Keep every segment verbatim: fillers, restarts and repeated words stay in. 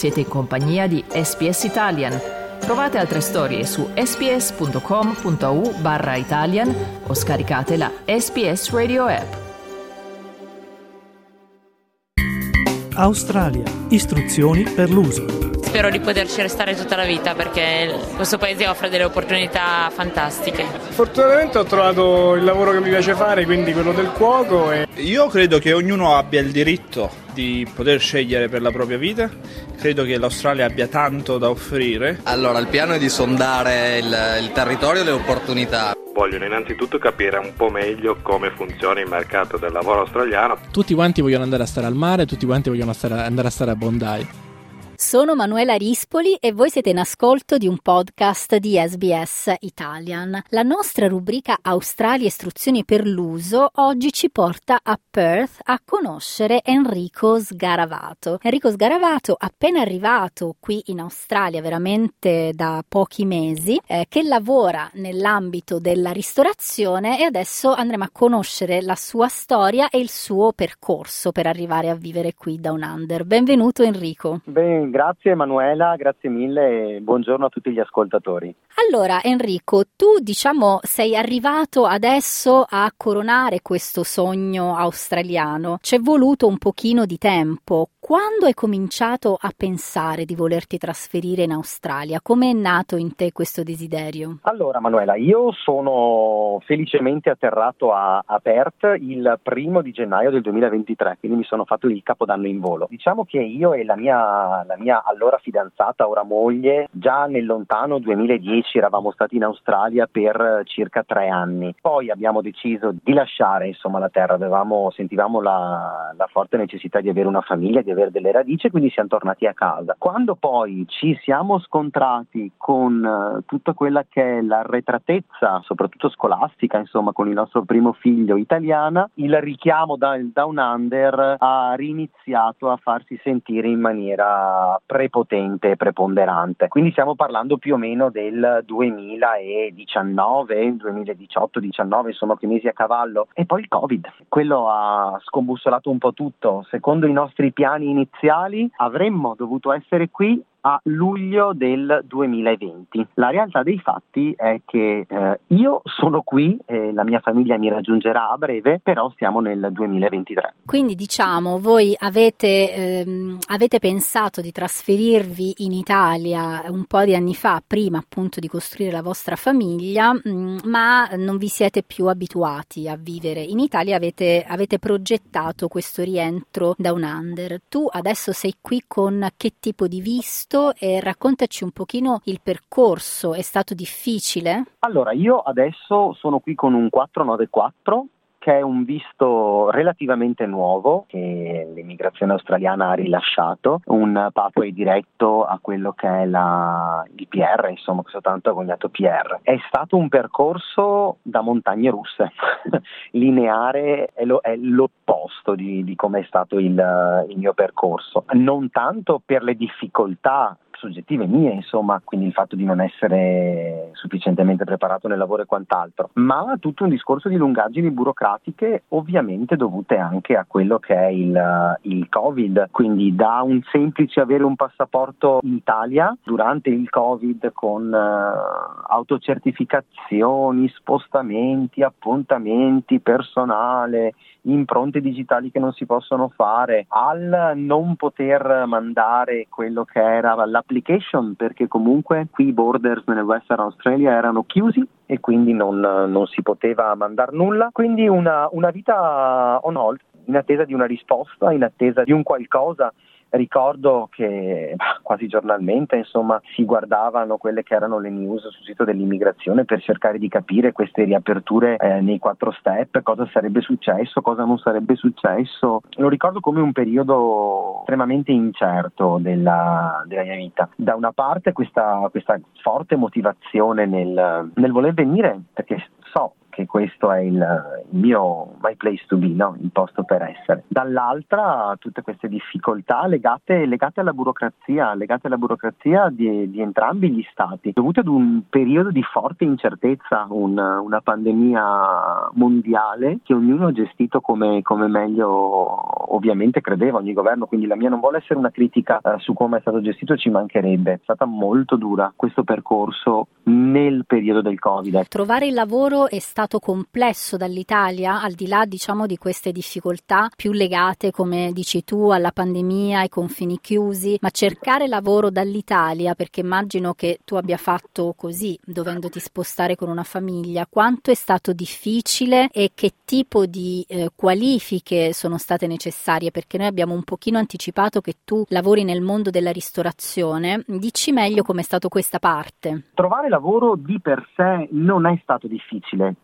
Siete in compagnia di S B S Italian. Trovate altre storie su sbs.com.au barra Italian o scaricate la S B S Radio app. Australia. Istruzioni per l'uso. Spero di poterci restare tutta la vita perché questo paese offre delle opportunità fantastiche. Fortunatamente ho trovato il lavoro che mi piace fare, quindi quello del cuoco. E... Io credo che ognuno abbia il diritto di poter scegliere per la propria vita. Credo che l'Australia abbia tanto da offrire. Allora, il piano è di sondare il, il territorio e le opportunità. Vogliono innanzitutto capire un po' meglio come funziona il mercato del lavoro australiano. Tutti quanti vogliono andare a stare al mare, tutti quanti vogliono stare, andare a stare a Bondi. Sono Manuela Rispoli e voi siete in ascolto di un podcast di S B S Italian. La nostra rubrica Australia Istruzioni per l'uso oggi ci porta a Perth a conoscere Enrico Sgaravato. Enrico Sgaravato, appena arrivato qui in Australia veramente da pochi mesi, eh, che lavora nell'ambito della ristorazione, e adesso andremo a conoscere la sua storia e il suo percorso per arrivare a vivere qui Down Under. Benvenuto Enrico. Ben, grazie Emanuela, grazie mille e buongiorno a tutti gli ascoltatori. Allora Enrico, tu diciamo sei arrivato adesso a coronare questo sogno australiano. C'è voluto un pochino di tempo. Quando hai cominciato a pensare di volerti trasferire in Australia? Come è nato in te questo desiderio? Allora Manuela, io sono felicemente atterrato a, a Perth il primo di gennaio del duemilaventitré, quindi mi sono fatto il capodanno in volo. Diciamo che io e la mia, la mia allora fidanzata, ora moglie, già nel lontano duemiladieci eravamo stati in Australia per circa tre anni. Poi abbiamo deciso di lasciare insomma la terra, avevamo, sentivamo la, la forte necessità di avere una famiglia, di avere delle radici, quindi siamo tornati a casa. Quando poi ci siamo scontrati con uh, tutta quella che è l'arretratezza, soprattutto scolastica, insomma, con il nostro primo figlio italiana, il richiamo da Down Under ha riniziato a farsi sentire in maniera prepotente e preponderante. Quindi stiamo parlando più o meno del duemiladiciannove, duemiladiciotto diciannove, insomma, quei mesi a cavallo. E poi il Covid. Quello ha scombussolato un po' tutto. Secondo i nostri piani iniziali avremmo dovuto essere qui a luglio del duemilaventi. La realtà dei fatti è che eh, io sono qui e la mia famiglia mi raggiungerà a breve, però siamo nel duemilaventitré. Quindi diciamo voi avete, ehm, avete pensato di trasferirvi in Italia un po' di anni fa, prima appunto di costruire la vostra famiglia, mh, ma non vi siete più abituati a vivere in Italia, avete, avete progettato questo rientro Down Under. Tu adesso sei qui con che tipo di visto? E raccontaci un pochino il percorso. È stato difficile? Allora, io adesso sono qui con un quattro nove quattro, che è un visto relativamente nuovo che l'immigrazione australiana ha rilasciato, un pathway diretto a quello che è la, il P R, insomma questo tanto agognato P R. È stato un percorso da montagne russe, lineare, è, lo, è l'opposto di, di come è stato il, il mio percorso, non tanto per le difficoltà soggettive mie, insomma, quindi il fatto di non essere sufficientemente preparato nel lavoro e quant'altro, ma tutto un discorso di lungaggini burocratiche, ovviamente dovute anche a quello che è il, il Covid, quindi da un semplice avere un passaporto in Italia durante il Covid con uh, autocertificazioni, spostamenti, appuntamenti, personale, impronte digitali che non si possono fare, al non poter mandare quello che era l'applicazione application, perché comunque qui i borders nel Western Australia erano chiusi e quindi non, non si poteva mandare nulla, quindi una, una vita on hold, in attesa di una risposta, in attesa di un qualcosa. Ricordo che bah, quasi giornalmente insomma si guardavano quelle che erano le news sul sito dell'immigrazione per cercare di capire queste riaperture eh, nei quattro step, cosa sarebbe successo, cosa non sarebbe successo. Lo ricordo come un periodo estremamente incerto della, della mia vita. Da una parte questa, questa forte motivazione nel, nel voler venire, perché so che questo è il, il mio my place to be, no? Il posto per essere. Dall'altra tutte queste difficoltà legate, legate alla burocrazia, legate alla burocrazia di, di entrambi gli stati, dovute ad un periodo di forte incertezza, un, una pandemia mondiale che ognuno ha gestito come, come meglio ovviamente credeva, ogni governo, quindi la mia non vuole essere una critica eh, su come è stato gestito, ci mancherebbe, è stata molto dura questo percorso nel periodo del Covid. Trovare il lavoro è stato complesso dall'Italia, al di là diciamo di queste difficoltà più legate, come dici tu, alla pandemia, ai confini chiusi, ma cercare lavoro dall'Italia, perché immagino che tu abbia fatto così, dovendoti spostare con una famiglia, quanto è stato difficile e che tipo di eh, qualifiche sono state necessarie, perché noi abbiamo un pochino anticipato che tu lavori nel mondo della ristorazione, dici meglio com'è stato questa parte. Trovare lavoro di per sé non è stato difficile,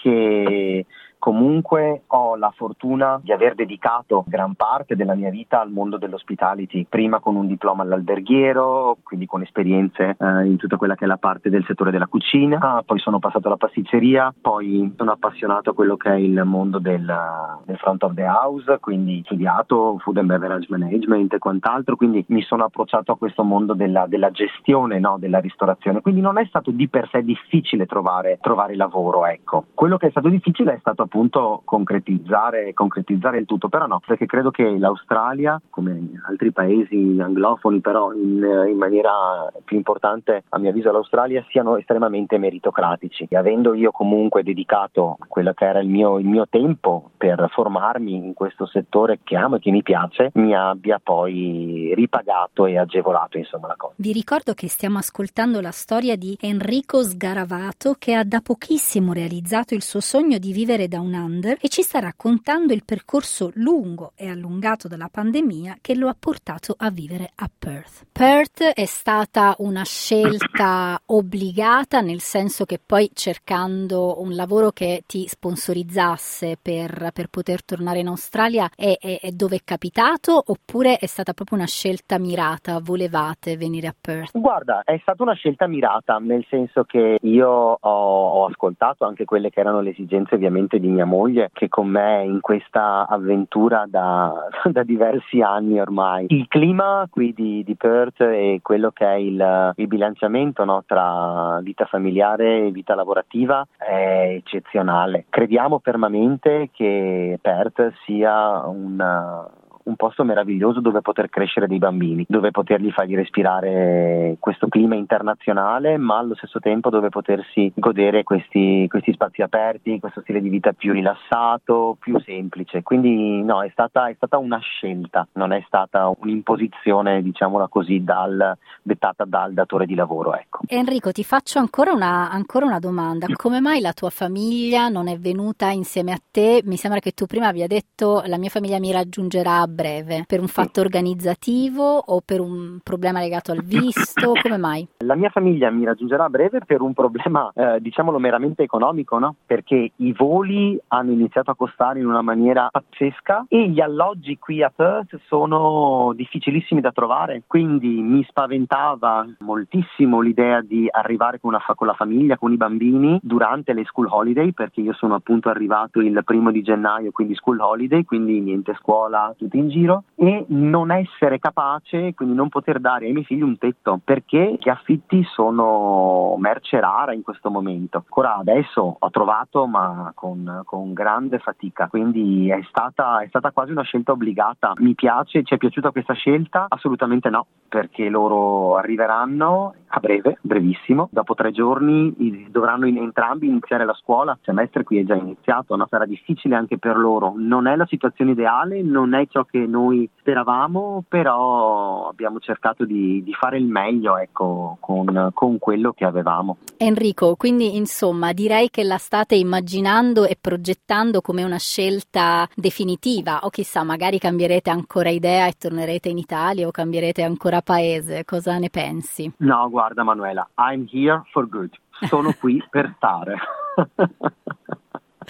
perché comunque ho la fortuna di aver dedicato gran parte della mia vita al mondo dell'hospitality, prima con un diploma all'alberghiero, quindi con esperienze eh, in tutta quella che è la parte del settore della cucina, poi sono passato alla pasticceria, poi sono appassionato a quello che è il mondo del, del front of the house, quindi ho studiato food and beverage management e quant'altro, quindi mi sono approcciato a questo mondo della, della gestione, no, della ristorazione, quindi non è stato di per sé difficile trovare, trovare lavoro, ecco. Quello che è stato difficile è stato appunto concretizzare concretizzare il tutto, però no, perché credo che l'Australia, come altri paesi anglofoni, però in, in maniera più importante a mio avviso l'Australia, siano estremamente meritocratici. E avendo io comunque dedicato quello che era il mio, il mio tempo per formarmi in questo settore che amo e che mi piace, mi abbia poi ripagato e agevolato insomma la cosa. Vi ricordo che stiamo ascoltando la storia di Enrico Sgaravato, che ha da pochissimo realizzato il suo sogno di vivere da un under e ci sta raccontando il percorso lungo e allungato dalla pandemia che lo ha portato a vivere a Perth. Perth è stata una scelta obbligata, nel senso che poi cercando un lavoro che ti sponsorizzasse per, per poter tornare in Australia è, è, è dove è capitato, oppure è stata proprio una scelta mirata, volevate venire a Perth? Guarda, è stata una scelta mirata, nel senso che io ho, ho ascoltato anche quelle che erano le esigenze ovviamente di mia moglie, che con me in questa avventura da, da diversi anni ormai. Il clima qui di, di Perth e quello che è il, il bilanciamento, no, tra vita familiare e vita lavorativa è eccezionale. Crediamo fermamente che Perth sia una un posto meraviglioso dove poter crescere dei bambini, dove poterli fargli respirare questo clima internazionale, ma allo stesso tempo dove potersi godere questi, questi spazi aperti, questo stile di vita più rilassato, più semplice. Quindi no, è stata, è stata una scelta, non è stata un'imposizione, diciamola così, dal, dettata dal datore di lavoro, ecco. Enrico, ti faccio ancora una, ancora una domanda. Come mai la tua famiglia non è venuta insieme a te? Mi sembra che tu prima abbia detto la mia famiglia mi raggiungerà a breve, per un fatto organizzativo o per un problema legato al visto? Come mai? La mia famiglia mi raggiungerà a breve per un problema eh, diciamolo meramente economico, no? Perché i voli hanno iniziato a costare in una maniera pazzesca e gli alloggi qui a Perth sono difficilissimi da trovare, quindi mi spaventava moltissimo l'idea di arrivare con, una fa- con la famiglia, con i bambini durante le school holiday, perché io sono appunto arrivato il primo di gennaio, quindi school holiday, quindi niente scuola, tutti in giro, e non essere capace, quindi non poter dare ai miei figli un tetto, perché gli affitti sono merce rara in questo momento. Ancora adesso ho trovato, ma con, con grande fatica, quindi è stata, è stata quasi una scelta obbligata. Mi piace, ci è piaciuta questa scelta? Assolutamente no, perché loro arriveranno a breve, brevissimo, dopo tre giorni dovranno in, entrambi iniziare la scuola, il semestre qui è già iniziato, no? Sarà difficile anche per loro, non è la situazione ideale, non è ciò che noi speravamo, però abbiamo cercato di, di fare il meglio, ecco, con, con quello che avevamo. Enrico, quindi insomma direi che la state immaginando e progettando come una scelta definitiva, o chissà, magari cambierete ancora idea e tornerete in Italia o cambierete ancora paese, cosa ne pensi? No, guarda Manuela, I'm here for good, sono qui per stare.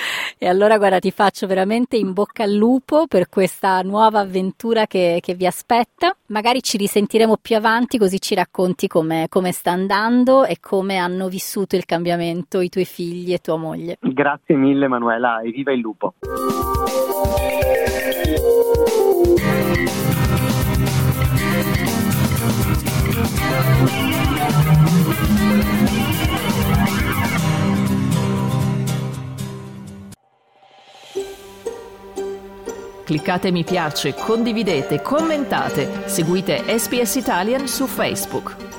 E allora guarda, ti faccio veramente in bocca al lupo per questa nuova avventura che, che vi aspetta. Magari ci risentiremo più avanti, così ci racconti come, come sta andando e come hanno vissuto il cambiamento i tuoi figli e tua moglie. Grazie mille Manuela e viva il lupo! Cliccate mi piace, condividete, commentate, seguite S B S Italian su Facebook.